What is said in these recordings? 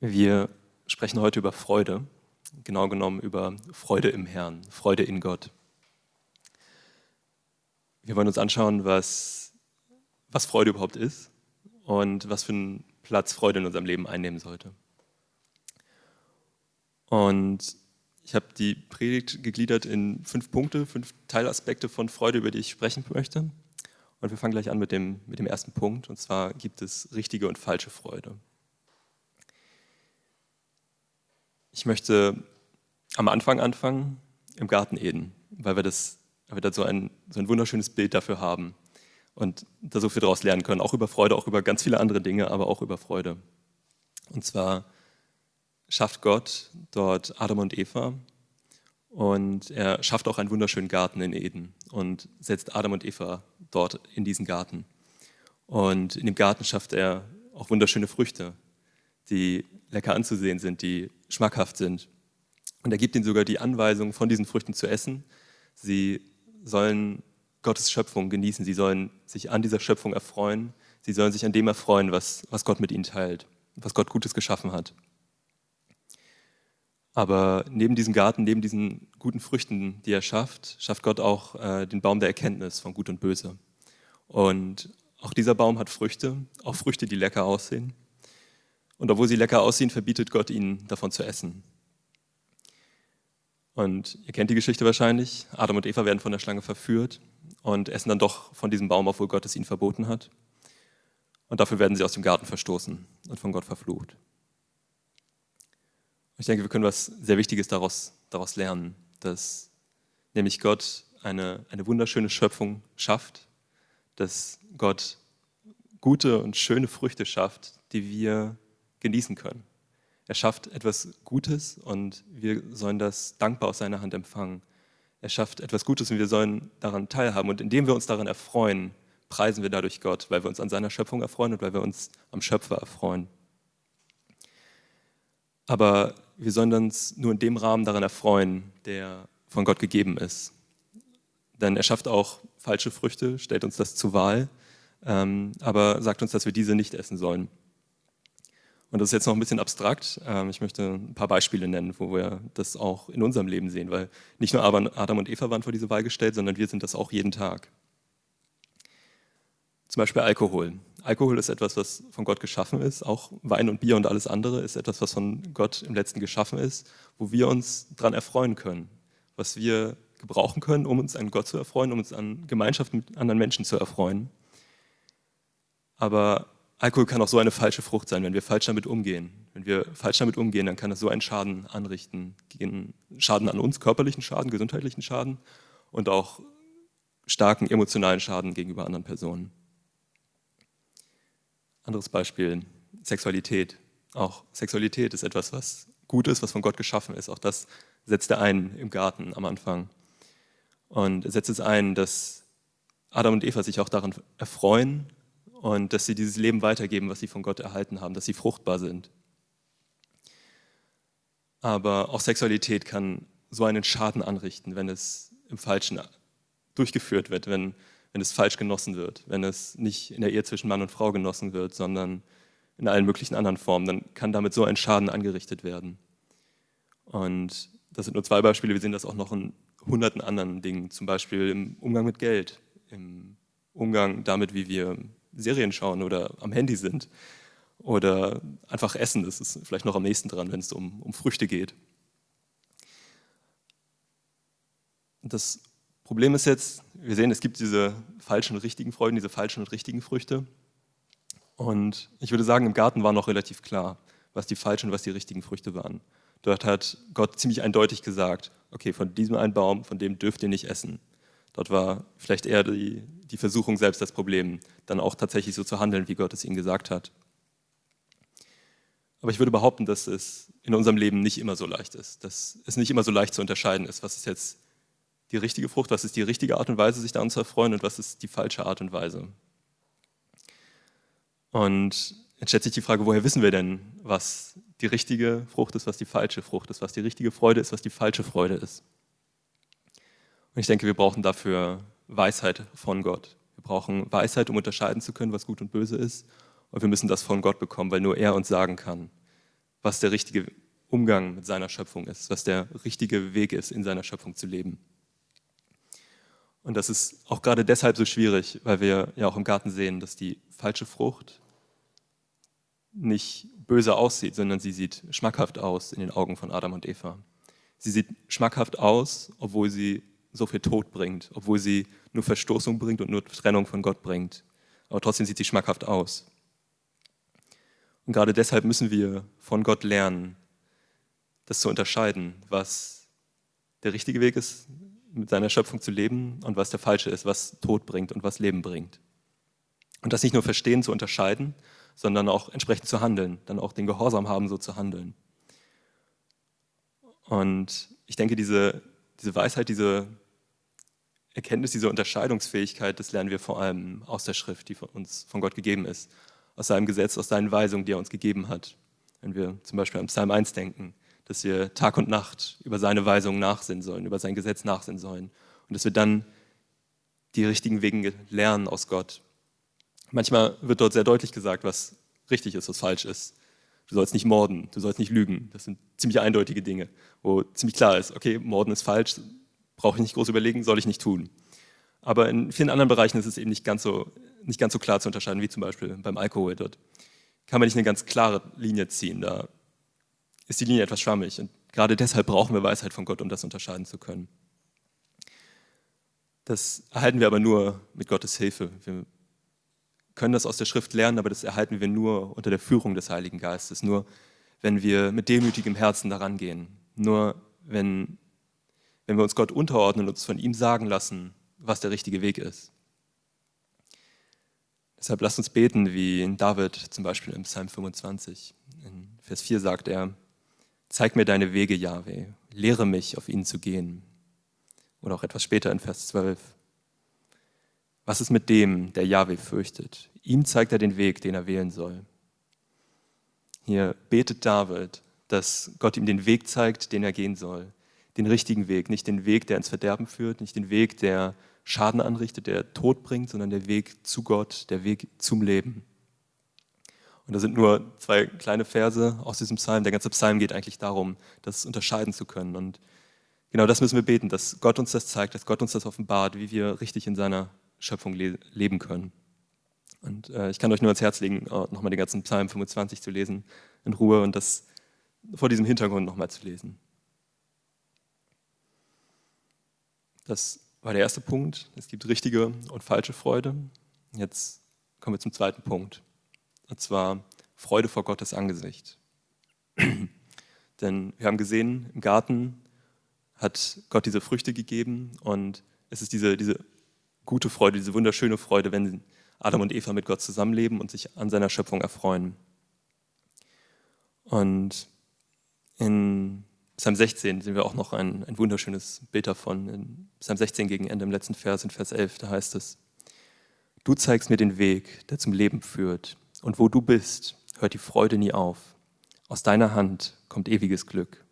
Wir sprechen heute über Freude, genau genommen über Freude im Herrn, Freude in Gott. Wir wollen uns anschauen, was Freude überhaupt ist und was für einen Platz Freude in unserem Leben einnehmen sollte. Und ich habe die Predigt gegliedert in 5 Punkte, 5 Teilaspekte von Freude, über die ich sprechen möchte. Und wir fangen gleich an mit dem ersten Punkt, und zwar gibt es richtige und falsche Freude. Ich möchte am Anfang anfangen, im Garten Eden, weil wir da so ein wunderschönes Bild dafür haben und da so viel daraus lernen können, auch über Freude, auch über ganz viele andere Dinge, aber auch über Freude. Und zwar schafft Gott dort Adam und Eva und er schafft auch einen wunderschönen Garten in Eden und setzt Adam und Eva dort in diesen Garten. Und in dem Garten schafft er auch wunderschöne Früchte, die lecker anzusehen sind, die schmackhaft sind. Und er gibt ihnen sogar die Anweisung, von diesen Früchten zu essen. Sie sollen Gottes Schöpfung genießen, sie sollen sich an dieser Schöpfung erfreuen, sie sollen sich an dem erfreuen, was Gott mit ihnen teilt, was Gott Gutes geschaffen hat. Aber neben diesem Garten, neben diesen guten Früchten, die er schafft Gott auch den Baum der Erkenntnis von Gut und Böse. Und auch dieser Baum hat Früchte, auch Früchte, die lecker aussehen. Und obwohl sie lecker aussehen, verbietet Gott ihnen, davon zu essen. Und ihr kennt die Geschichte wahrscheinlich. Adam und Eva werden von der Schlange verführt und essen dann doch von diesem Baum, obwohl Gott es ihnen verboten hat. Und dafür werden sie aus dem Garten verstoßen und von Gott verflucht. Ich denke, wir können was sehr Wichtiges daraus lernen, dass nämlich Gott eine wunderschöne Schöpfung schafft, dass Gott gute und schöne Früchte schafft, die wir genießen können. Er schafft etwas Gutes und wir sollen das dankbar aus seiner Hand empfangen. Er schafft etwas Gutes und wir sollen daran teilhaben. Und indem wir uns daran erfreuen, preisen wir dadurch Gott, weil wir uns an seiner Schöpfung erfreuen und weil wir uns am Schöpfer erfreuen. Aber wir sollen uns nur in dem Rahmen daran erfreuen, der von Gott gegeben ist. Denn er schafft auch falsche Früchte, stellt uns das zur Wahl, aber sagt uns, dass wir diese nicht essen sollen. Und das ist jetzt noch ein bisschen abstrakt. Ich möchte ein paar Beispiele nennen, wo wir das auch in unserem Leben sehen, weil nicht nur Adam und Eva waren vor diese Wahl gestellt, sondern wir sind das auch jeden Tag. Zum Beispiel Alkohol. Alkohol ist etwas, was von Gott geschaffen ist. Auch Wein und Bier und alles andere ist etwas, was von Gott im Letzten geschaffen ist, wo wir uns daran erfreuen können, was wir gebrauchen können, um uns an Gott zu erfreuen, um uns an Gemeinschaft mit anderen Menschen zu erfreuen. Aber Alkohol kann auch so eine falsche Frucht sein, wenn wir falsch damit umgehen. Wenn wir falsch damit umgehen, dann kann das so einen Schaden anrichten. Schaden an uns, körperlichen Schaden, gesundheitlichen Schaden und auch starken emotionalen Schaden gegenüber anderen Personen. Anderes Beispiel, Sexualität. Auch Sexualität ist etwas, was gut ist, was von Gott geschaffen ist. Auch das setzt er ein im Garten am Anfang. Und er setzt es ein, dass Adam und Eva sich auch daran erfreuen, und dass sie dieses Leben weitergeben, was sie von Gott erhalten haben, dass sie fruchtbar sind. Aber auch Sexualität kann so einen Schaden anrichten, wenn es im Falschen durchgeführt wird, wenn es falsch genossen wird, wenn es nicht in der Ehe zwischen Mann und Frau genossen wird, sondern in allen möglichen anderen Formen, dann kann damit so ein Schaden angerichtet werden. Und das sind nur 2 Beispiele, wir sehen das auch noch in hunderten anderen Dingen, zum Beispiel im Umgang mit Geld, im Umgang damit, wie wir Serien schauen oder am Handy sind oder einfach essen. Das ist vielleicht noch am nächsten dran, wenn es um Früchte geht. Das Problem ist jetzt, wir sehen, es gibt diese falschen und richtigen Freuden, diese falschen und richtigen Früchte. Und ich würde sagen, im Garten war noch relativ klar, was die falschen und was die richtigen Früchte waren. Dort hat Gott ziemlich eindeutig gesagt, okay, von diesem einen Baum, von dem dürft ihr nicht essen. Dort war vielleicht eher die Versuchung selbst das Problem, dann auch tatsächlich so zu handeln, wie Gott es ihnen gesagt hat. Aber ich würde behaupten, dass es in unserem Leben nicht immer so leicht ist, dass es nicht immer so leicht zu unterscheiden ist, was ist jetzt die richtige Frucht, was ist die richtige Art und Weise, sich daran zu erfreuen und was ist die falsche Art und Weise. Und jetzt stellt sich die Frage, woher wissen wir denn, was die richtige Frucht ist, was die falsche Frucht ist, was die richtige Freude ist, was die falsche Freude ist. Und ich denke, wir brauchen dafür Weisheit von Gott. Wir brauchen Weisheit, um unterscheiden zu können, was gut und böse ist. Und wir müssen das von Gott bekommen, weil nur er uns sagen kann, was der richtige Umgang mit seiner Schöpfung ist, was der richtige Weg ist, in seiner Schöpfung zu leben. Und das ist auch gerade deshalb so schwierig, weil wir ja auch im Garten sehen, dass die falsche Frucht nicht böse aussieht, sondern sie sieht schmackhaft aus in den Augen von Adam und Eva. Sie sieht schmackhaft aus, obwohl sie so viel Tod bringt, obwohl sie nur Verstoßung bringt und nur Trennung von Gott bringt. Aber trotzdem sieht sie schmackhaft aus. Und gerade deshalb müssen wir von Gott lernen, das zu unterscheiden, was der richtige Weg ist, mit seiner Schöpfung zu leben und was der falsche ist, was Tod bringt und was Leben bringt. Und das nicht nur verstehen, zu unterscheiden, sondern auch entsprechend zu handeln, dann auch den Gehorsam haben, so zu handeln. Und ich denke, diese Weisheit, diese Erkenntnis, diese Unterscheidungsfähigkeit, das lernen wir vor allem aus der Schrift, die uns von Gott gegeben ist, aus seinem Gesetz, aus seinen Weisungen, die er uns gegeben hat. Wenn wir zum Beispiel an Psalm 1 denken, dass wir Tag und Nacht über seine Weisungen nachsinnen sollen, über sein Gesetz nachsinnen sollen und dass wir dann die richtigen Wege lernen aus Gott. Manchmal wird dort sehr deutlich gesagt, was richtig ist, was falsch ist. Du sollst nicht morden, du sollst nicht lügen. Das sind ziemlich eindeutige Dinge, wo ziemlich klar ist, okay, Morden ist falsch, brauche ich nicht groß überlegen, soll ich nicht tun. Aber in vielen anderen Bereichen ist es eben nicht ganz so klar zu unterscheiden, wie zum Beispiel beim Alkohol. Dort kann man nicht eine ganz klare Linie ziehen, da ist die Linie etwas schwammig. Und gerade deshalb brauchen wir Weisheit von Gott, um das unterscheiden zu können. Das erhalten wir aber nur mit Gottes Hilfe. Wir können das aus der Schrift lernen, aber das erhalten wir nur unter der Führung des Heiligen Geistes, nur wenn wir mit demütigem Herzen daran gehen, nur wenn wir uns Gott unterordnen und uns von ihm sagen lassen, was der richtige Weg ist. Deshalb lasst uns beten, wie David zum Beispiel im Psalm 25. In Vers 4 sagt er, zeig mir deine Wege, Jahwe, lehre mich, auf ihnen zu gehen. Oder auch etwas später in Vers 12. Was ist mit dem, der Jahwe fürchtet? Ihm zeigt er den Weg, den er wählen soll. Hier betet David, dass Gott ihm den Weg zeigt, den er gehen soll. Den richtigen Weg, nicht den Weg, der ins Verderben führt, nicht den Weg, der Schaden anrichtet, der Tod bringt, sondern der Weg zu Gott, der Weg zum Leben. Und da sind nur 2 kleine Verse aus diesem Psalm. Der ganze Psalm geht eigentlich darum, das unterscheiden zu können. Und genau das müssen wir beten, dass Gott uns das zeigt, dass Gott uns das offenbart, wie wir richtig in seiner Schöpfung leben können. Und ich kann euch nur ans Herz legen, nochmal den ganzen Psalm 25 zu lesen, in Ruhe und das vor diesem Hintergrund nochmal zu lesen. Das war der erste Punkt. Es gibt richtige und falsche Freude. Jetzt kommen wir zum zweiten Punkt. Und zwar Freude vor Gottes Angesicht. Denn wir haben gesehen, im Garten hat Gott diese Früchte gegeben und es ist diese gute Freude, diese wunderschöne Freude, wenn Adam und Eva mit Gott zusammenleben und sich an seiner Schöpfung erfreuen. Und in Psalm 16 sehen wir auch noch ein wunderschönes Bild davon. In Psalm 16 gegen Ende im letzten Vers, in Vers 11, da heißt es, du zeigst mir den Weg, der zum Leben führt. Und wo du bist, hört die Freude nie auf. Aus deiner Hand kommt ewiges Glück.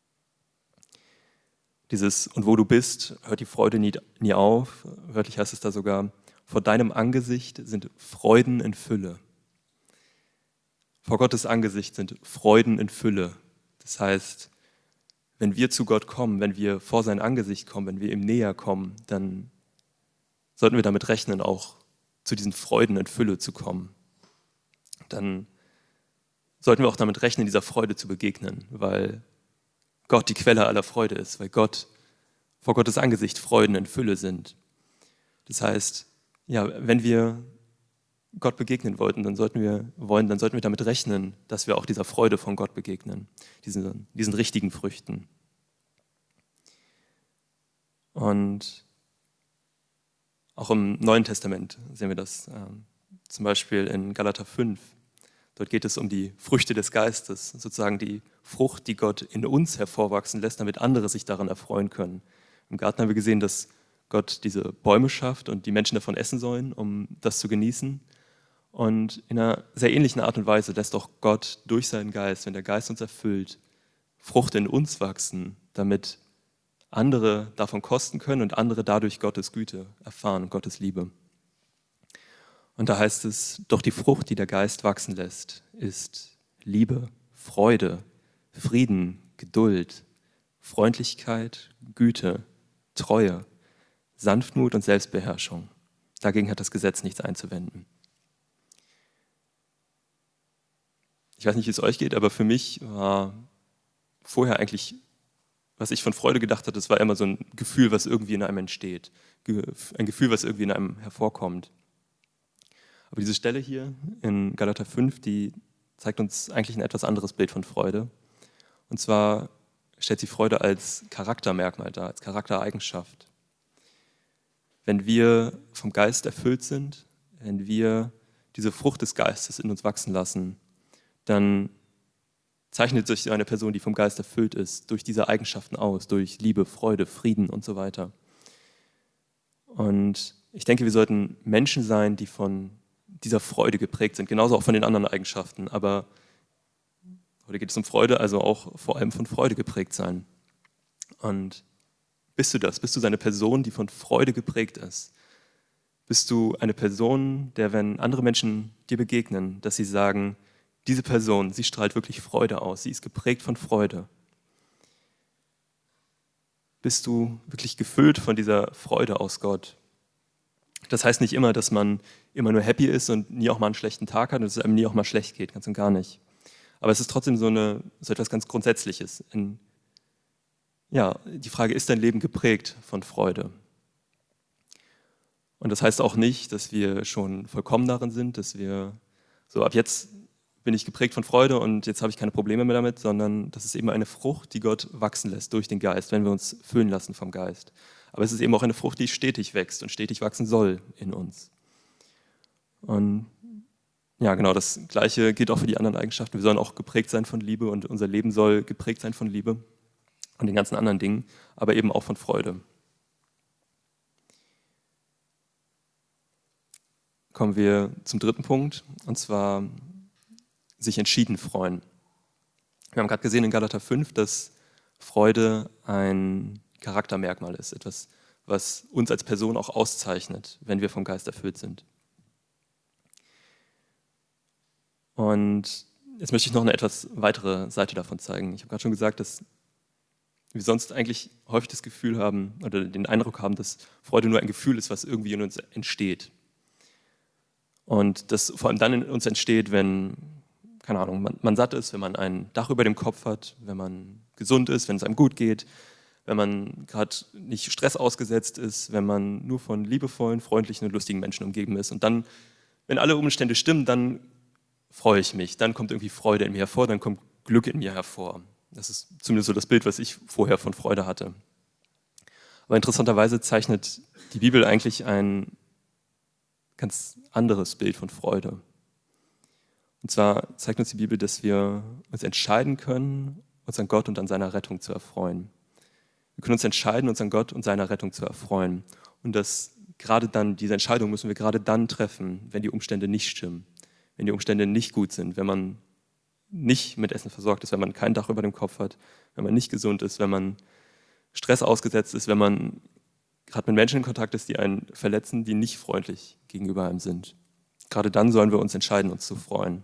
Dieses und wo du bist, hört die Freude nie auf. Wörtlich heißt es da sogar, vor deinem Angesicht sind Freuden in Fülle. Vor Gottes Angesicht sind Freuden in Fülle. Das heißt, wenn wir zu Gott kommen, wenn wir vor sein Angesicht kommen, wenn wir ihm näher kommen, dann sollten wir damit rechnen, auch zu diesen Freuden in Fülle zu kommen. Dann sollten wir auch damit rechnen, dieser Freude zu begegnen, weil Gott die Quelle aller Freude ist, weil vor Gottes Angesicht Freuden in Fülle sind. Das heißt, ja, wenn wir Gott begegnen wollten, dann sollten wir damit rechnen, dass wir auch dieser Freude von Gott begegnen, diesen richtigen Früchten. Und auch im Neuen Testament sehen wir das, zum Beispiel in Galater 5. Dort geht es um die Früchte des Geistes, sozusagen die Frucht, die Gott in uns hervorwachsen lässt, damit andere sich daran erfreuen können. Im Garten haben wir gesehen, dass Gott diese Bäume schafft und die Menschen davon essen sollen, um das zu genießen. Und in einer sehr ähnlichen Art und Weise lässt auch Gott durch seinen Geist, wenn der Geist uns erfüllt, Frucht in uns wachsen, damit andere davon kosten können und andere dadurch Gottes Güte erfahren und Gottes Liebe. Und da heißt es, doch die Frucht, die der Geist wachsen lässt, ist Liebe, Freude, Frieden, Geduld, Freundlichkeit, Güte, Treue, Sanftmut und Selbstbeherrschung. Dagegen hat das Gesetz nichts einzuwenden. Ich weiß nicht, wie es euch geht, aber für mich war vorher eigentlich, was ich von Freude gedacht hatte, das war immer so ein Gefühl, was irgendwie in einem entsteht. Ein Gefühl, was irgendwie in einem hervorkommt. Aber diese Stelle hier in Galater 5, die zeigt uns eigentlich ein etwas anderes Bild von Freude. Und zwar stellt sie Freude als Charaktermerkmal dar, als Charaktereigenschaft. Wenn wir vom Geist erfüllt sind, wenn wir diese Frucht des Geistes in uns wachsen lassen, dann zeichnet sich eine Person, die vom Geist erfüllt ist, durch diese Eigenschaften aus, durch Liebe, Freude, Frieden und so weiter. Und ich denke, wir sollten Menschen sein, die von dieser Freude geprägt sind, genauso auch von den anderen Eigenschaften. Aber heute geht es um Freude, also auch vor allem von Freude geprägt sein. Und bist du das? Bist du so eine Person, die von Freude geprägt ist? Bist du eine Person, der, wenn andere Menschen dir begegnen, dass sie sagen, diese Person, sie strahlt wirklich Freude aus, sie ist geprägt von Freude? Bist du wirklich gefüllt von dieser Freude aus Gott? Das heißt nicht immer, dass man immer nur happy ist und nie auch mal einen schlechten Tag hat und dass es einem nie auch mal schlecht geht, ganz und gar nicht. Aber es ist trotzdem so etwas ganz Grundsätzliches. Die Frage, ist dein Leben geprägt von Freude? Und das heißt auch nicht, dass wir schon vollkommen darin sind, dass wir so ab jetzt bin ich geprägt von Freude und jetzt habe ich keine Probleme mehr damit, sondern das ist eben eine Frucht, die Gott wachsen lässt durch den Geist, wenn wir uns füllen lassen vom Geist. Aber es ist eben auch eine Frucht, die stetig wächst und stetig wachsen soll in uns. Und ja, genau, das Gleiche gilt auch für die anderen Eigenschaften. Wir sollen auch geprägt sein von Liebe und unser Leben soll geprägt sein von Liebe und den ganzen anderen Dingen, aber eben auch von Freude. Kommen wir zum dritten Punkt, und zwar sich entschieden freuen. Wir haben gerade gesehen in Galater 5, dass Freude ein Charaktermerkmal ist, etwas, was uns als Person auch auszeichnet, wenn wir vom Geist erfüllt sind. Und jetzt möchte ich noch eine etwas weitere Seite davon zeigen. Ich habe gerade schon gesagt, dass wir sonst eigentlich häufig das Gefühl haben oder den Eindruck haben, dass Freude nur ein Gefühl ist, was irgendwie in uns entsteht. Und das vor allem dann in uns entsteht, wenn, keine Ahnung, man satt ist, wenn man ein Dach über dem Kopf hat, wenn man gesund ist, wenn es einem gut geht, wenn man gerade nicht Stress ausgesetzt ist, wenn man nur von liebevollen, freundlichen und lustigen Menschen umgeben ist. Und dann, wenn alle Umstände stimmen, dann freue ich mich, dann kommt irgendwie Freude in mir hervor, dann kommt Glück in mir hervor. Das ist zumindest so das Bild, was ich vorher von Freude hatte. Aber interessanterweise zeichnet die Bibel eigentlich ein ganz anderes Bild von Freude. Und zwar zeigt uns die Bibel, dass wir uns entscheiden können, uns an Gott und an seiner Rettung zu erfreuen. Wir können uns entscheiden, uns an Gott und seiner Rettung zu erfreuen. Und das gerade dann, diese Entscheidung müssen wir gerade dann treffen, wenn die Umstände nicht stimmen, wenn die Umstände nicht gut sind, wenn man nicht mit Essen versorgt ist, wenn man kein Dach über dem Kopf hat, wenn man nicht gesund ist, wenn man Stress ausgesetzt ist, wenn man gerade mit Menschen in Kontakt ist, die einen verletzen, die nicht freundlich gegenüber einem sind. Gerade dann sollen wir uns entscheiden, uns zu freuen.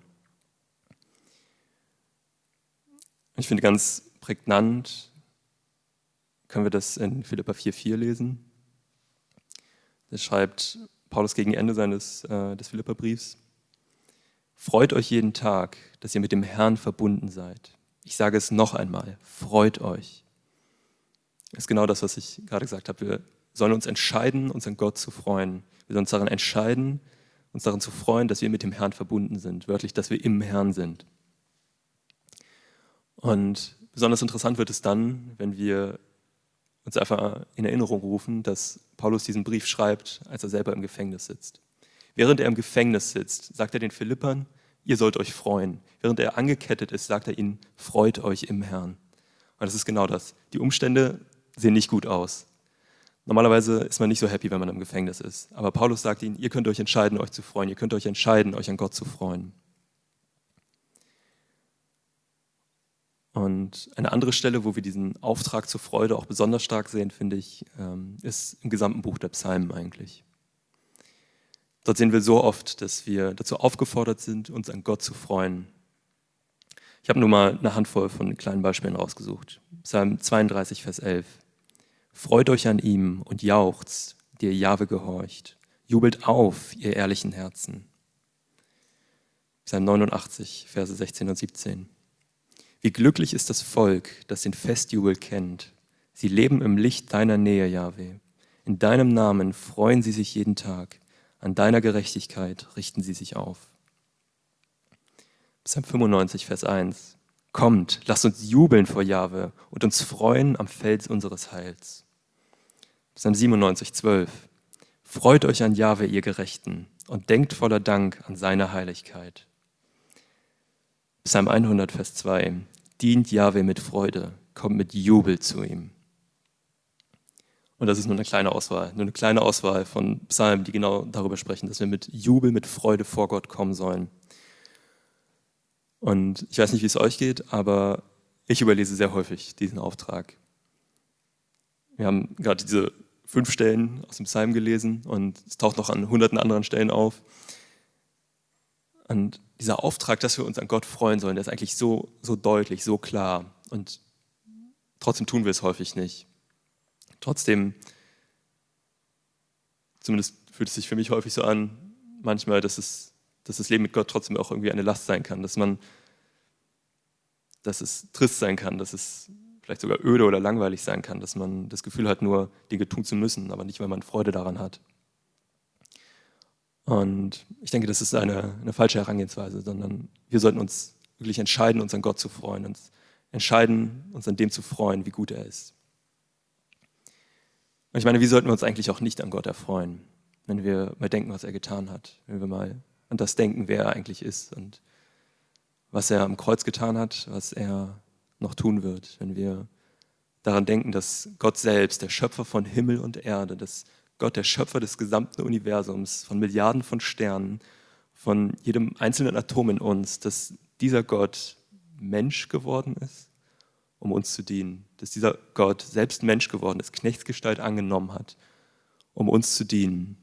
Ich finde ganz prägnant, können wir das in Philipper 4,4 lesen. Da schreibt Paulus gegen Ende des Philipperbriefs: Freut euch jeden Tag, dass ihr mit dem Herrn verbunden seid. Ich sage es noch einmal, freut euch. Das ist genau das, was ich gerade gesagt habe. Wir sollen uns entscheiden, uns an Gott zu freuen. Wir sollen uns daran entscheiden, uns daran zu freuen, dass wir mit dem Herrn verbunden sind. Wörtlich, dass wir im Herrn sind. Und besonders interessant wird es dann, wenn wir uns einfach in Erinnerung rufen, dass Paulus diesen Brief schreibt, als er selber im Gefängnis sitzt. Während er im Gefängnis sitzt, sagt er den Philippern, ihr sollt euch freuen. Während er angekettet ist, sagt er ihnen, freut euch im Herrn. Und das ist genau das. Die Umstände sehen nicht gut aus. Normalerweise ist man nicht so happy, wenn man im Gefängnis ist. Aber Paulus sagt ihnen, ihr könnt euch entscheiden, euch zu freuen. Ihr könnt euch entscheiden, euch an Gott zu freuen. Und eine andere Stelle, wo wir diesen Auftrag zur Freude auch besonders stark sehen, finde ich, ist im gesamten Buch der Psalmen eigentlich. Dort sehen wir so oft, dass wir dazu aufgefordert sind, uns an Gott zu freuen. Ich habe nur mal eine Handvoll von kleinen Beispielen rausgesucht. Psalm 32, Vers 11. Freut euch an ihm und jauchzt, die ihr Jahwe gehorcht. Jubelt auf, ihr ehrlichen Herzen. Psalm 89, Verse 16 und 17. Wie glücklich ist das Volk, das den Festjubel kennt. Sie leben im Licht deiner Nähe, Jahwe. In deinem Namen freuen sie sich jeden Tag. An deiner Gerechtigkeit richten sie sich auf. Psalm 95, Vers 1. Kommt, lasst uns jubeln vor Jahwe und uns freuen am Fels unseres Heils. Psalm 97, 12. Freut euch an Jahwe, ihr Gerechten, und denkt voller Dank an seine Heiligkeit. Psalm 100, Vers 2. Dient Jahwe mit Freude, kommt mit Jubel zu ihm. Und das ist nur eine kleine Auswahl von Psalmen, die genau darüber sprechen, dass wir mit Jubel, mit Freude vor Gott kommen sollen. Und ich weiß nicht, wie es euch geht, aber ich überlese sehr häufig diesen Auftrag. Wir haben gerade diese 5 Stellen aus dem Psalm gelesen und es taucht noch an hunderten anderen Stellen auf. Und dieser Auftrag, dass wir uns an Gott freuen sollen, der ist eigentlich so deutlich, so klar. Und trotzdem tun wir es häufig nicht. Trotzdem, zumindest fühlt es sich für mich häufig so an, manchmal, dass das Leben mit Gott trotzdem auch irgendwie eine Last sein kann, dass es trist sein kann, dass es vielleicht sogar öde oder langweilig sein kann, dass man das Gefühl hat, nur Dinge tun zu müssen, aber nicht, weil man Freude daran hat. Und ich denke, das ist eine falsche Herangehensweise, sondern wir sollten uns wirklich entscheiden, uns an Gott zu freuen, uns entscheiden, uns an dem zu freuen, wie gut er ist. Und ich meine, wie sollten wir uns eigentlich auch nicht an Gott erfreuen, wenn wir mal denken, was er getan hat, wenn wir mal an das denken, wer er eigentlich ist und was er am Kreuz getan hat, was er noch tun wird, wenn wir daran denken, dass Gott selbst, der Schöpfer von Himmel und Erde, dass Gott, der Schöpfer des gesamten Universums, von Milliarden von Sternen, von jedem einzelnen Atom in uns, dass dieser Gott Mensch geworden ist, um uns zu dienen. Dass dieser Gott selbst Mensch geworden ist, Knechtsgestalt angenommen hat, um uns zu dienen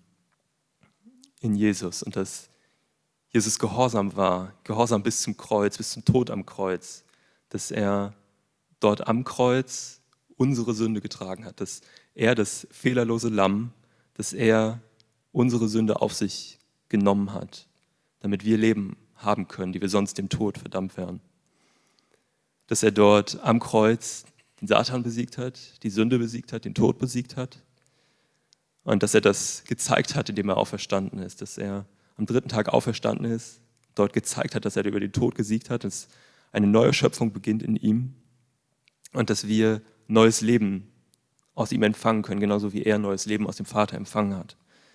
in Jesus. Und dass Jesus gehorsam war, gehorsam bis zum Kreuz, bis zum Tod am Kreuz. Dass er dort am Kreuz unsere Sünde getragen hat. Dass er das fehlerlose Lamm, dass er unsere Sünde auf sich genommen hat, damit wir Leben haben können, die wir sonst dem Tod verdammt wären. Dass er dort am Kreuz den Satan besiegt hat, die Sünde besiegt hat, den Tod besiegt hat. Und dass er das gezeigt hat, indem er auferstanden ist. Dass er am 3. Tag auferstanden ist, dort gezeigt hat, dass er über den Tod gesiegt hat, dass eine neue Schöpfung beginnt in ihm und dass wir neues Leben aus ihm empfangen können, genauso wie er neues Leben aus dem Vater empfangen hat.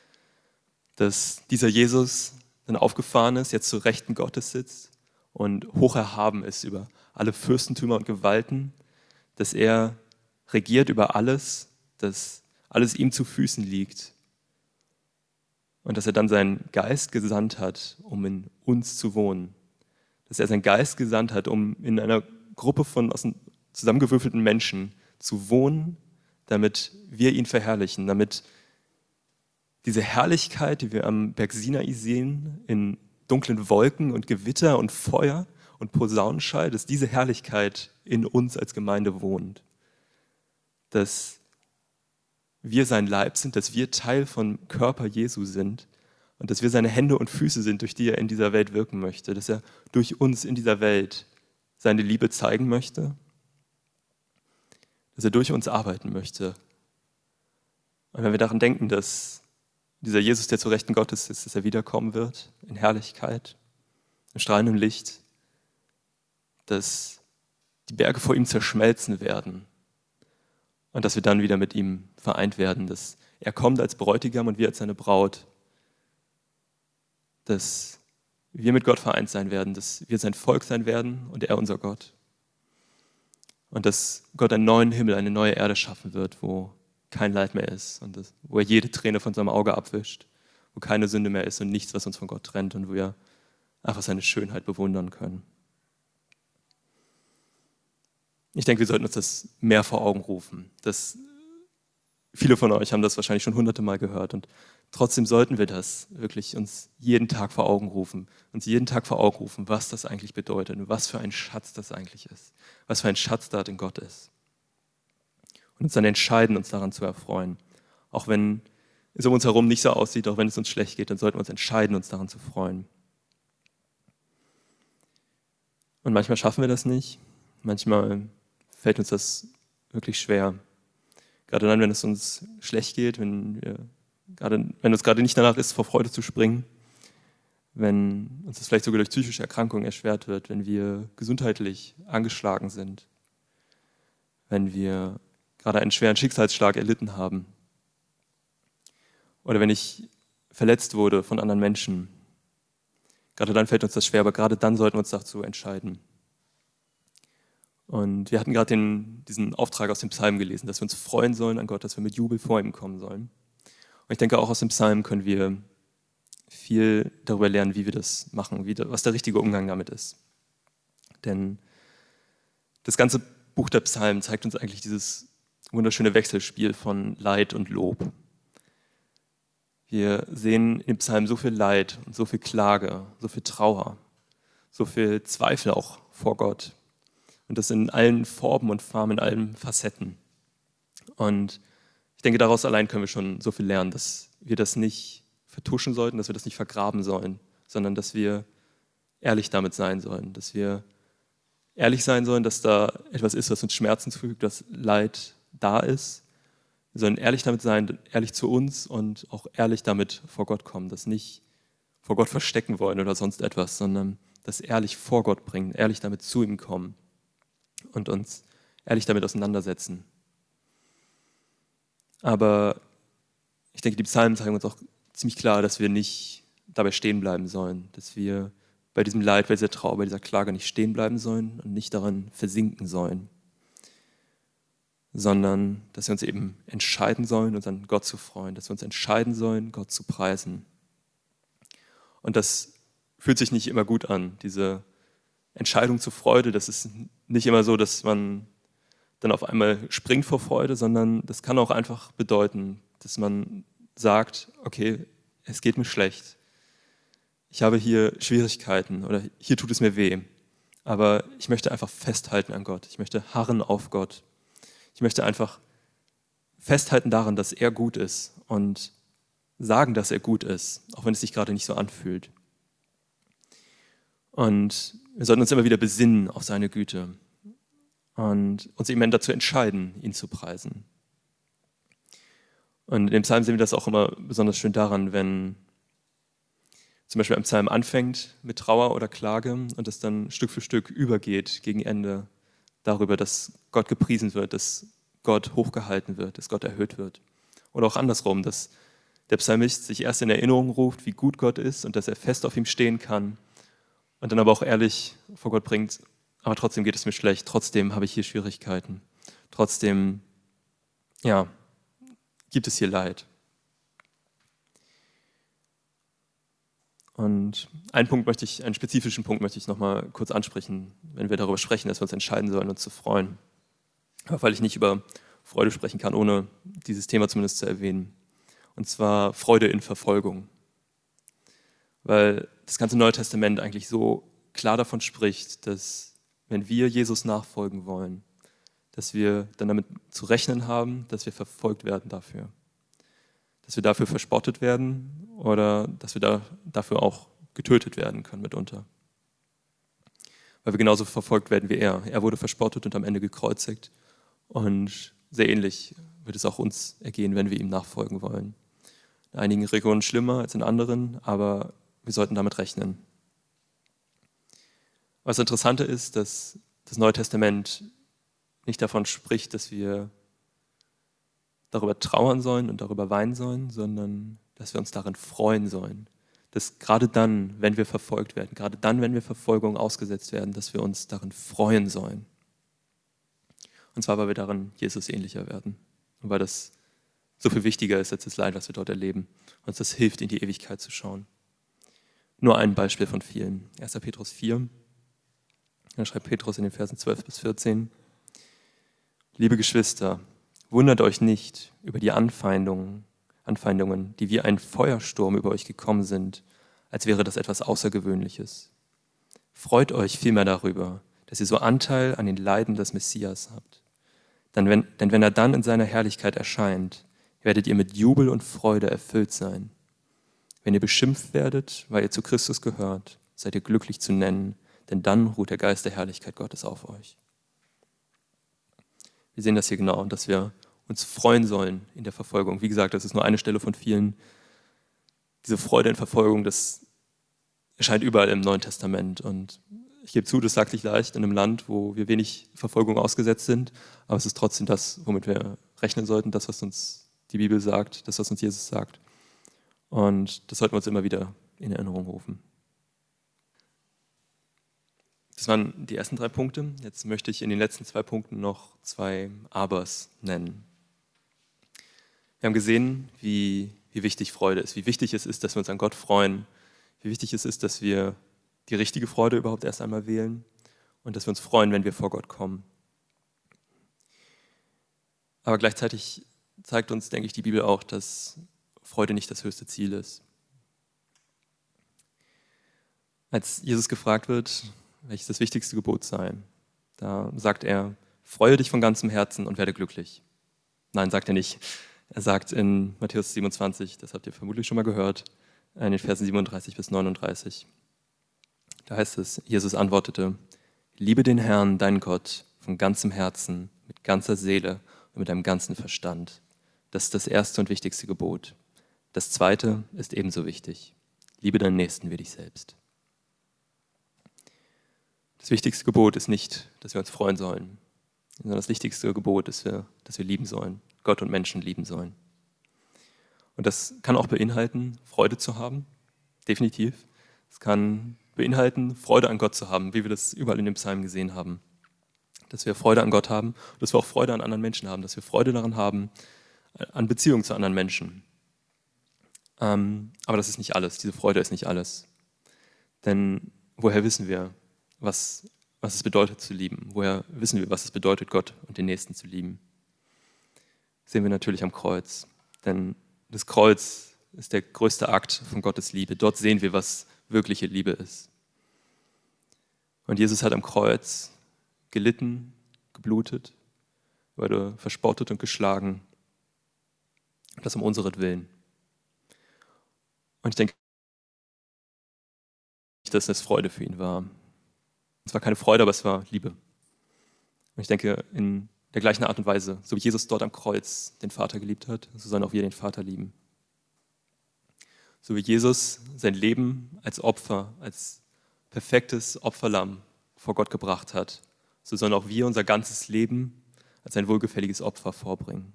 Dass dieser Jesus dann aufgefahren ist, jetzt zur Rechten Gottes sitzt und hoch erhaben ist über alle Fürstentümer und Gewalten, dass er regiert über alles, dass alles ihm zu Füßen liegt und dass er dann seinen Geist gesandt hat, um in uns zu wohnen. Dass er seinen Geist gesandt hat, um in einer Gruppe von zusammengewürfelten Menschen zu wohnen, damit wir ihn verherrlichen, damit diese Herrlichkeit, die wir am Berg Sinai sehen, in dunklen Wolken und Gewitter und Feuer und Posaunenschall, dass diese Herrlichkeit in uns als Gemeinde wohnt. Dass wir sein Leib sind, dass wir Teil vom Körper Jesu sind und dass wir seine Hände und Füße sind, durch die er in dieser Welt wirken möchte, dass er durch uns in dieser Welt seine Liebe zeigen möchte, dass er durch uns arbeiten möchte. Und wenn wir daran denken, dass dieser Jesus, der zur Rechten Gottes ist, dass er wiederkommen wird in Herrlichkeit, in strahlendem Licht, dass die Berge vor ihm zerschmelzen werden und dass wir dann wieder mit ihm vereint werden, dass er kommt als Bräutigam und wir als seine Braut, dass wir mit Gott vereint sein werden, dass wir sein Volk sein werden und er unser Gott. Und dass Gott einen neuen Himmel, eine neue Erde schaffen wird, wo kein Leid mehr ist und wo er jede Träne von seinem Auge abwischt, wo keine Sünde mehr ist und nichts, was uns von Gott trennt und wo wir einfach seine Schönheit bewundern können. Ich denke, wir sollten uns das mehr vor Augen rufen, dass viele von euch haben das wahrscheinlich schon hunderte Mal gehört und trotzdem sollten wir das wirklich uns jeden Tag vor Augen rufen, was das eigentlich bedeutet und was für ein Schatz das eigentlich ist, was für ein Schatz da in Gott ist. Und uns dann entscheiden, uns daran zu erfreuen. Auch wenn es um uns herum nicht so aussieht, auch wenn es uns schlecht geht, dann sollten wir uns entscheiden, uns daran zu freuen. Und manchmal schaffen wir das nicht, manchmal fällt uns das wirklich schwer. Gerade dann, wenn es uns schlecht geht, wenn uns gerade nicht danach ist, vor Freude zu springen, wenn uns das vielleicht sogar durch psychische Erkrankungen erschwert wird, wenn wir gesundheitlich angeschlagen sind, wenn wir gerade einen schweren Schicksalsschlag erlitten haben oder wenn ich verletzt wurde von anderen Menschen. Gerade dann fällt uns das schwer, aber gerade dann sollten wir uns dazu entscheiden. Und wir hatten gerade diesen Auftrag aus dem Psalm gelesen, dass wir uns freuen sollen an Gott, dass wir mit Jubel vor ihm kommen sollen. Und ich denke, auch aus dem Psalm können wir viel darüber lernen, wie wir das machen, was der richtige Umgang damit ist. Denn das ganze Buch der Psalmen zeigt uns eigentlich dieses wunderschöne Wechselspiel von Leid und Lob. Wir sehen im Psalm so viel Leid und so viel Klage, so viel Trauer, so viel Zweifel auch vor Gott. Und das in allen Formen und Farben, in allen Facetten. Und ich denke, daraus allein können wir schon so viel lernen, dass wir das nicht vertuschen sollten, dass wir das nicht vergraben sollen, sondern dass wir ehrlich damit sein sollen, dass wir ehrlich sein sollen, dass da etwas ist, was uns Schmerzen zufügt, dass Leid da ist. Wir sollen ehrlich damit sein, ehrlich zu uns und auch ehrlich damit vor Gott kommen, das nicht vor Gott verstecken wollen oder sonst etwas, sondern das ehrlich vor Gott bringen, ehrlich damit zu ihm kommen und uns ehrlich damit auseinandersetzen. Aber ich denke, die Psalmen zeigen uns auch ziemlich klar, dass wir nicht dabei stehen bleiben sollen, dass wir bei diesem Leid, bei dieser Trauer, bei dieser Klage nicht stehen bleiben sollen und nicht daran versinken sollen, sondern dass wir uns eben entscheiden sollen, uns an Gott zu freuen, dass wir uns entscheiden sollen, Gott zu preisen. Und das fühlt sich nicht immer gut an, diese Entscheidung zur Freude. Das ist nicht immer so, dass man dann auf einmal springt vor Freude, sondern das kann auch einfach bedeuten, dass man sagt, okay, es geht mir schlecht. Ich habe hier Schwierigkeiten oder hier tut es mir weh. Aber ich möchte einfach festhalten an Gott. Ich möchte harren auf Gott. Ich möchte einfach festhalten daran, dass er gut ist und sagen, dass er gut ist, auch wenn es sich gerade nicht so anfühlt. Und wir sollten uns immer wieder besinnen auf seine Güte und uns eben dazu entscheiden, ihn zu preisen. Und in dem Psalm sehen wir das auch immer besonders schön daran, wenn zum Beispiel ein Psalm anfängt mit Trauer oder Klage und es dann Stück für Stück übergeht gegen Ende darüber, dass Gott gepriesen wird, dass Gott hochgehalten wird, dass Gott erhöht wird. Oder auch andersrum, dass der Psalmist sich erst in Erinnerung ruft, wie gut Gott ist und dass er fest auf ihm stehen kann und dann aber auch ehrlich vor Gott bringt, aber trotzdem geht es mir schlecht, trotzdem habe ich hier Schwierigkeiten, trotzdem, ja, gibt es hier Leid. Und einen spezifischen Punkt möchte ich noch mal kurz ansprechen, wenn wir darüber sprechen, dass wir uns entscheiden sollen, uns zu freuen. Aber weil ich nicht über Freude sprechen kann, ohne dieses Thema zumindest zu erwähnen. Und zwar Freude in Verfolgung. Weil das ganze Neue Testament eigentlich so klar davon spricht, dass wenn wir Jesus nachfolgen wollen, dass wir dann damit zu rechnen haben, dass wir verfolgt werden dafür. Dass wir dafür verspottet werden oder dass wir dafür auch getötet werden können mitunter. Weil wir genauso verfolgt werden wie er. Er wurde verspottet und am Ende gekreuzigt. Und sehr ähnlich wird es auch uns ergehen, wenn wir ihm nachfolgen wollen. In einigen Regionen schlimmer als in anderen, aber wir sollten damit rechnen. Was das Interessante ist, dass das Neue Testament nicht davon spricht, dass wir darüber trauern sollen und darüber weinen sollen, sondern dass wir uns darin freuen sollen. Dass gerade dann, wenn wir verfolgt werden, gerade dann, wenn wir Verfolgung ausgesetzt werden, dass wir uns darin freuen sollen. Und zwar, weil wir darin Jesus ähnlicher werden. Und weil das so viel wichtiger ist als das Leid, was wir dort erleben. Und uns das hilft, in die Ewigkeit zu schauen. Nur ein Beispiel von vielen. 1. Petrus 4. Da schreibt Petrus in den Versen 12 bis 14. Liebe Geschwister, Wundert euch nicht über die Anfeindungen, die wie ein Feuersturm über euch gekommen sind, als wäre das etwas Außergewöhnliches. Freut euch vielmehr darüber, dass ihr so Anteil an den Leiden des Messias habt. Denn wenn er dann in seiner Herrlichkeit erscheint, werdet ihr mit Jubel und Freude erfüllt sein. Wenn ihr beschimpft werdet, weil ihr zu Christus gehört, seid ihr glücklich zu nennen, denn dann ruht der Geist der Herrlichkeit Gottes auf euch. Wir sehen das hier genau, dass wir uns freuen sollen in der Verfolgung. Wie gesagt, das ist nur eine Stelle von vielen. Diese Freude in Verfolgung, das erscheint überall im Neuen Testament. Und ich gebe zu, das sagt sich leicht in einem Land, wo wir wenig Verfolgung ausgesetzt sind, aber es ist trotzdem das, womit wir rechnen sollten, das, was uns die Bibel sagt, das, was uns Jesus sagt. Und das sollten wir uns immer wieder in Erinnerung rufen. Das waren die ersten 3 Punkte. Jetzt möchte ich in den letzten 2 Punkten noch 2 Abers nennen. Wir haben gesehen, wie wichtig Freude ist, wie wichtig es ist, dass wir uns an Gott freuen, wie wichtig es ist, dass wir die richtige Freude überhaupt erst einmal wählen und dass wir uns freuen, wenn wir vor Gott kommen. Aber gleichzeitig zeigt uns, denke ich, die Bibel auch, dass Freude nicht das höchste Ziel ist. Als Jesus gefragt wird, welches das wichtigste Gebot sei, da sagt er, freue dich von ganzem Herzen und werde glücklich. Nein, sagt er nicht. Er sagt in Matthäus 27, das habt ihr vermutlich schon mal gehört, in den Versen 37 bis 39. Da heißt es, Jesus antwortete, liebe den Herrn, deinen Gott, von ganzem Herzen, mit ganzer Seele und mit deinem ganzen Verstand. Das ist das erste und wichtigste Gebot. Das zweite ist ebenso wichtig. Liebe deinen Nächsten wie dich selbst. Das wichtigste Gebot ist nicht, dass wir uns freuen sollen, sondern das wichtigste Gebot ist, dass wir lieben sollen, Gott und Menschen lieben sollen. Und das kann auch beinhalten, Freude zu haben, definitiv. Es kann beinhalten, Freude an Gott zu haben, wie wir das überall in den Psalmen gesehen haben. Dass wir Freude an Gott haben und dass wir auch Freude an anderen Menschen haben, dass wir Freude daran haben, an Beziehungen zu anderen Menschen. Aber das ist nicht alles, diese Freude ist nicht alles. Denn woher wissen wir, was es bedeutet zu lieben? Woher wissen wir, was es bedeutet, Gott und den Nächsten zu lieben? Das sehen wir natürlich am Kreuz. Denn das Kreuz ist der größte Akt von Gottes Liebe. Dort sehen wir, was wirkliche Liebe ist. Und Jesus hat am Kreuz gelitten, geblutet, wurde verspottet und geschlagen. Das um unseretwillen. Und ich denke, dass es Freude für ihn war. Es war keine Freude, aber es war Liebe. Und ich denke, in der gleichen Art und Weise, so wie Jesus dort am Kreuz den Vater geliebt hat, so sollen auch wir den Vater lieben. So wie Jesus sein Leben als Opfer, als perfektes Opferlamm vor Gott gebracht hat, so sollen auch wir unser ganzes Leben als ein wohlgefälliges Opfer vorbringen.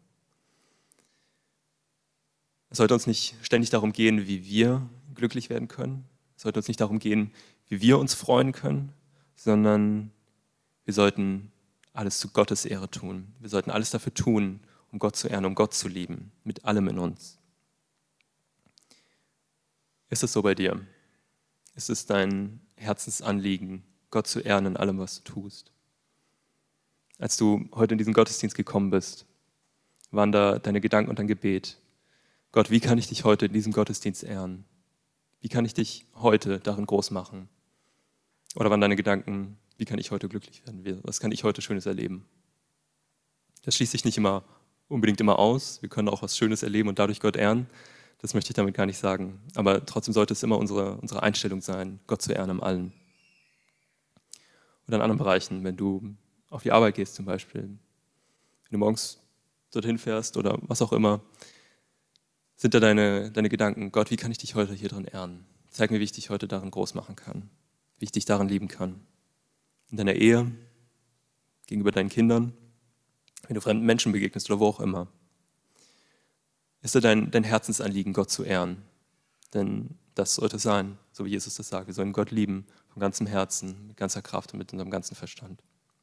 Es sollte uns nicht ständig darum gehen, wie wir glücklich werden können. Es sollte uns nicht darum gehen, wie wir uns freuen können, sondern wir sollten alles zu Gottes Ehre tun. Wir sollten alles dafür tun, um Gott zu ehren, um Gott zu lieben, mit allem in uns. Ist es so bei dir? Ist es dein Herzensanliegen, Gott zu ehren in allem, was du tust? Als du heute in diesen Gottesdienst gekommen bist, waren da deine Gedanken und dein Gebet? Gott, wie kann ich dich heute in diesem Gottesdienst ehren? Wie kann ich dich heute darin groß machen? Oder waren deine Gedanken, wie kann ich heute glücklich werden? Was kann ich heute Schönes erleben? Das schließt sich nicht unbedingt immer aus. Wir können auch was Schönes erleben und dadurch Gott ehren. Das möchte ich damit gar nicht sagen. Aber trotzdem sollte es immer unsere Einstellung sein, Gott zu ehren im Allen. Oder in anderen Bereichen, wenn du auf die Arbeit gehst zum Beispiel, wenn du morgens dorthin fährst oder was auch immer, sind da deine Gedanken, Gott, wie kann ich dich heute hier drin ehren? Zeig mir, wie ich dich heute darin groß machen kann, wie ich dich darin lieben kann. In deiner Ehe, gegenüber deinen Kindern, wenn du fremden Menschen begegnest oder wo auch immer. Ist da dein Herzensanliegen, Gott zu ehren? Denn das sollte es sein, so wie Jesus das sagt. Wir sollen Gott lieben, von ganzem Herzen, mit ganzer Kraft und mit unserem ganzen Verstand.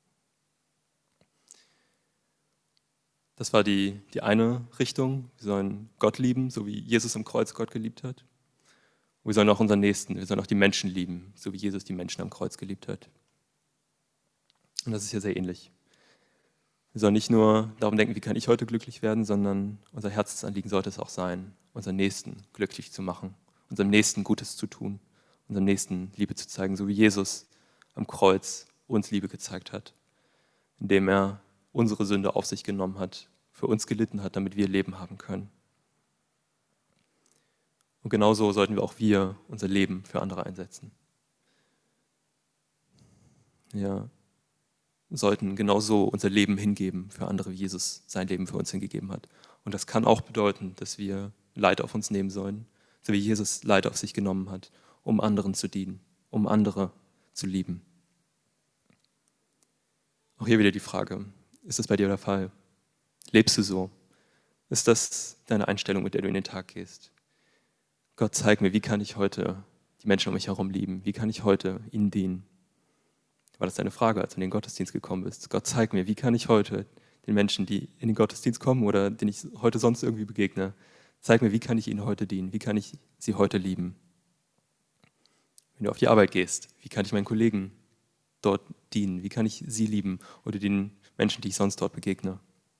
Das war die eine Richtung. Wir sollen Gott lieben, so wie Jesus am Kreuz Gott geliebt hat. Und wir sollen auch unseren Nächsten, wir sollen auch die Menschen lieben, so wie Jesus die Menschen am Kreuz geliebt hat. Und das ist ja sehr ähnlich. Wir sollen nicht nur darum denken, wie kann ich heute glücklich werden, sondern unser Herzensanliegen sollte es auch sein, unseren Nächsten glücklich zu machen, unserem Nächsten Gutes zu tun, unserem Nächsten Liebe zu zeigen, so wie Jesus am Kreuz uns Liebe gezeigt hat, indem er unsere Sünde auf sich genommen hat, für uns gelitten hat, damit wir Leben haben können. Und genauso sollten wir unser Leben für andere einsetzen. Wir sollten genauso unser Leben hingeben für andere, wie Jesus sein Leben für uns hingegeben hat. Und das kann auch bedeuten, dass wir Leid auf uns nehmen sollen, so wie Jesus Leid auf sich genommen hat, um anderen zu dienen, um andere zu lieben. Auch hier wieder die Frage, ist das bei dir der Fall? Lebst du so? Ist das deine Einstellung, mit der du in den Tag gehst? Gott, zeig mir, wie kann ich heute die Menschen um mich herum lieben? Wie kann ich heute ihnen dienen? War das deine Frage, als du in den Gottesdienst gekommen bist? Gott, zeig mir, wie kann ich heute den Menschen, die in den Gottesdienst kommen oder denen ich heute sonst irgendwie begegne, zeig mir, wie kann ich ihnen heute dienen? Wie kann ich sie heute lieben? Wenn du auf die Arbeit gehst, wie kann ich meinen Kollegen dort dienen? Wie kann ich sie lieben oder den Menschen, die ich sonst dort begegne?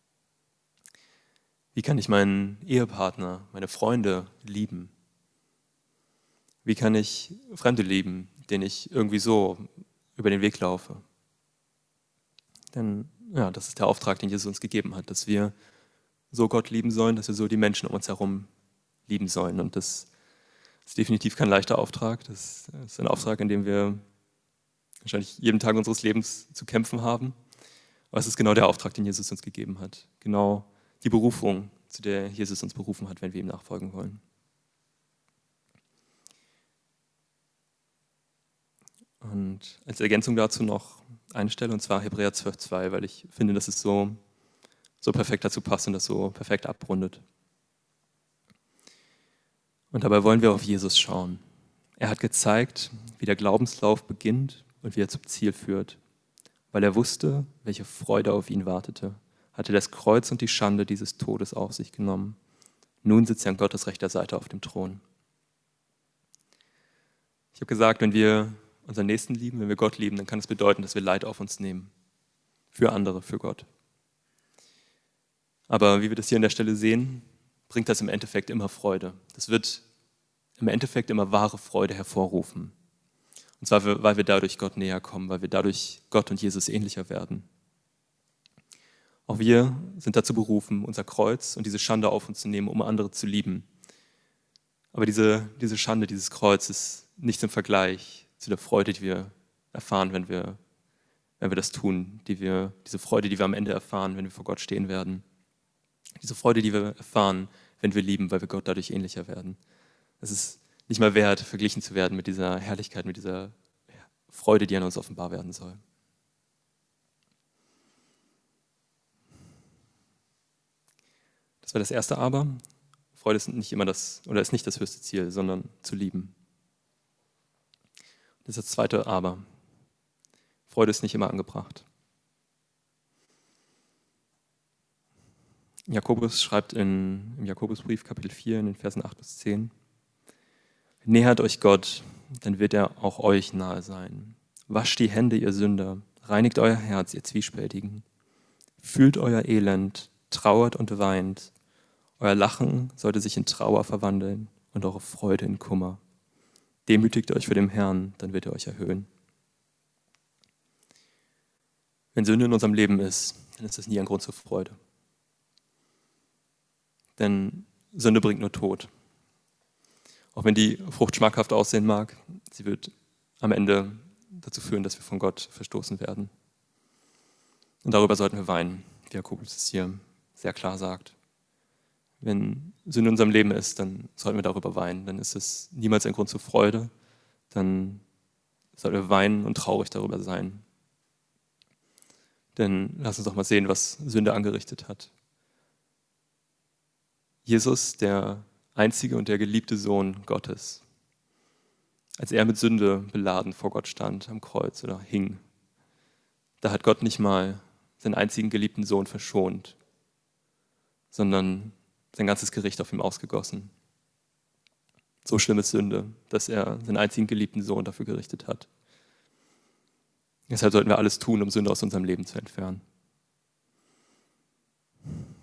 Wie kann ich meinen Ehepartner, meine Freunde lieben? Wie kann ich Fremde lieben, denen ich irgendwie so über den Weg laufe? Denn ja, das ist der Auftrag, den Jesus uns gegeben hat, dass wir so Gott lieben sollen, dass wir so die Menschen um uns herum lieben sollen. Und das ist definitiv kein leichter Auftrag. Das ist ein Auftrag, in dem wir wahrscheinlich jeden Tag unseres Lebens zu kämpfen haben. Aber es ist genau der Auftrag, den Jesus uns gegeben hat. Genau die Berufung, zu der Jesus uns berufen hat, wenn wir ihm nachfolgen wollen. Und als Ergänzung dazu noch eine Stelle, und zwar Hebräer 12,2, weil ich finde, dass es so perfekt dazu passt und das so perfekt abrundet. Und dabei wollen wir auf Jesus schauen. Er hat gezeigt, wie der Glaubenslauf beginnt und wie er zum Ziel führt. Weil er wusste, welche Freude auf ihn wartete, hatte das Kreuz und die Schande dieses Todes auf sich genommen. Nun sitzt er an Gottes rechter Seite auf dem Thron. Ich habe gesagt, wenn wir unseren Nächsten lieben, wenn wir Gott lieben, dann kann es bedeuten, dass wir Leid auf uns nehmen. Für andere, für Gott. Aber wie wir das hier an der Stelle sehen, bringt das im Endeffekt immer Freude. Das wird im Endeffekt immer wahre Freude hervorrufen. Und zwar, weil wir dadurch Gott näher kommen, weil wir dadurch Gott und Jesus ähnlicher werden. Auch wir sind dazu berufen, unser Kreuz und diese Schande auf uns zu nehmen, um andere zu lieben. Aber diese Schande, dieses Kreuz ist nichts im Vergleich zu der Freude, die wir erfahren, wenn wir das tun. Diese Freude, die wir am Ende erfahren, wenn wir vor Gott stehen werden. Diese Freude, die wir erfahren, wenn wir lieben, weil wir Gott dadurch ähnlicher werden. Es ist nicht mal wert, verglichen zu werden mit dieser Herrlichkeit, mit dieser Freude, die an uns offenbar werden soll. Das war das erste Aber. Freude ist nicht das höchste Ziel, sondern zu lieben. Das ist das zweite Aber. Freude ist nicht immer angebracht. Jakobus schreibt im Jakobusbrief Kapitel 4 in den Versen 8 bis 10: Nähert euch Gott, dann wird er auch euch nahe sein. Wascht die Hände, ihr Sünder, reinigt euer Herz, ihr Zwiespältigen. Fühlt euer Elend, trauert und weint. Euer Lachen sollte sich in Trauer verwandeln und eure Freude in Kummer. Demütigt euch vor dem Herrn, dann wird er euch erhöhen. Wenn Sünde in unserem Leben ist, dann ist das nie ein Grund zur Freude. Denn Sünde bringt nur Tod. Auch wenn die Frucht schmackhaft aussehen mag, sie wird am Ende dazu führen, dass wir von Gott verstoßen werden. Und darüber sollten wir weinen, wie Jakobus es hier sehr klar sagt. Wenn Sünde in unserem Leben ist, dann sollten wir darüber weinen. Dann ist es niemals ein Grund zur Freude. Dann sollten wir weinen und traurig darüber sein. Denn lass uns doch mal sehen, was Sünde angerichtet hat. Jesus, der einzige und der geliebte Sohn Gottes, als er mit Sünde beladen vor Gott stand am Kreuz oder hing, da hat Gott nicht mal seinen einzigen geliebten Sohn verschont, sondern sein ganzes Gericht auf ihm ausgegossen. So schlimm ist Sünde, dass er seinen einzigen geliebten Sohn dafür gerichtet hat. Deshalb sollten wir alles tun, um Sünde aus unserem Leben zu entfernen.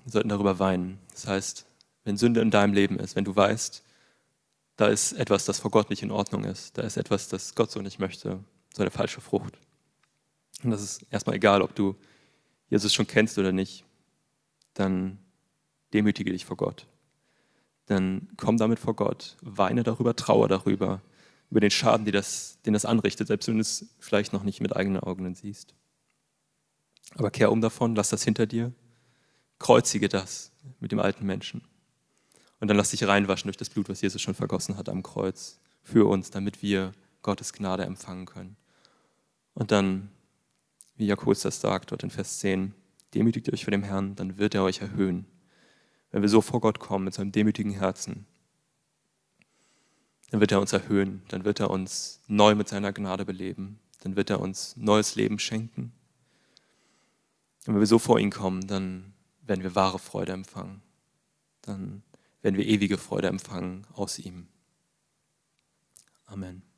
wir sollten darüber weinen. Das heißt, wenn Sünde in deinem Leben ist, wenn du weißt, da ist etwas, das vor Gott nicht in Ordnung ist, da ist etwas, das Gott so nicht möchte, so eine falsche Frucht. Und das ist erstmal egal, ob du Jesus schon kennst oder nicht, dann demütige dich vor Gott. Dann komm damit vor Gott, weine darüber, trauer darüber, über den Schaden, den das anrichtet, selbst wenn du es vielleicht noch nicht mit eigenen Augen siehst. Aber kehr um davon, lass das hinter dir, kreuzige das mit dem alten Menschen. Und dann lass dich reinwaschen durch das Blut, was Jesus schon vergossen hat am Kreuz für uns, damit wir Gottes Gnade empfangen können. Und dann, wie Jakobus das sagt, dort in Vers 10, demütigt euch vor dem Herrn, dann wird er euch erhöhen. Wenn wir so vor Gott kommen mit seinem demütigen Herzen, dann wird er uns erhöhen, dann wird er uns neu mit seiner Gnade beleben, dann wird er uns neues Leben schenken. Und wenn wir so vor ihn kommen, dann werden wir wahre Freude empfangen. Dann werden wir ewige Freude empfangen aus ihm. Amen.